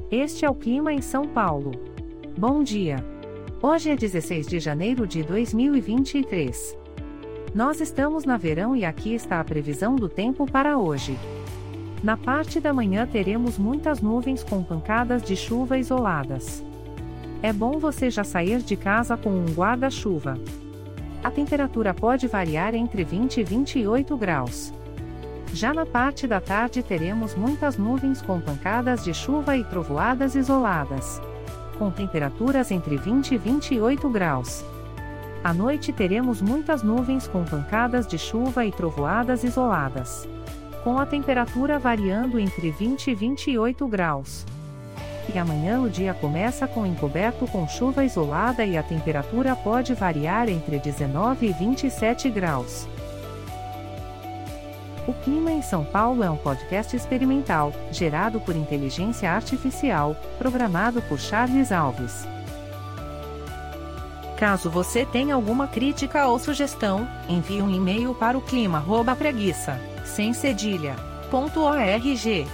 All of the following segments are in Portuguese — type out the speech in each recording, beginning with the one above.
Este é o clima em São Paulo. Bom dia! Hoje é 16 de janeiro de 2023. Nós estamos na verão e aqui está a previsão do tempo para hoje. Na parte da manhã teremos muitas nuvens com pancadas de chuva isoladas. É bom você já sair de casa com um guarda-chuva. A temperatura pode variar entre 20 e 28 graus. Já na parte da tarde teremos muitas nuvens com pancadas de chuva e trovoadas isoladas, com temperaturas entre 20 e 28 graus. À noite teremos muitas nuvens com pancadas de chuva e trovoadas isoladas, com a temperatura variando entre 20 e 28 graus. E amanhã o dia começa com encoberto com chuva isolada e a temperatura pode variar entre 19 e 27 graus. O Clima em São Paulo é um podcast experimental, gerado por inteligência artificial, programado por Charles Alves. Caso você tenha alguma crítica ou sugestão, envie um e-mail para o clima@preguiça, sem cedilha.org.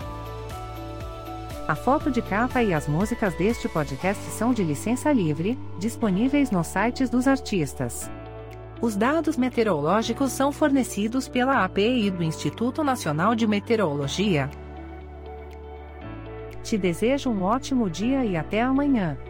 A foto de capa e as músicas deste podcast são de licença livre, disponíveis nos sites dos artistas. Os dados meteorológicos são fornecidos pela API do Instituto Nacional de Meteorologia. Te desejo um ótimo dia e até amanhã.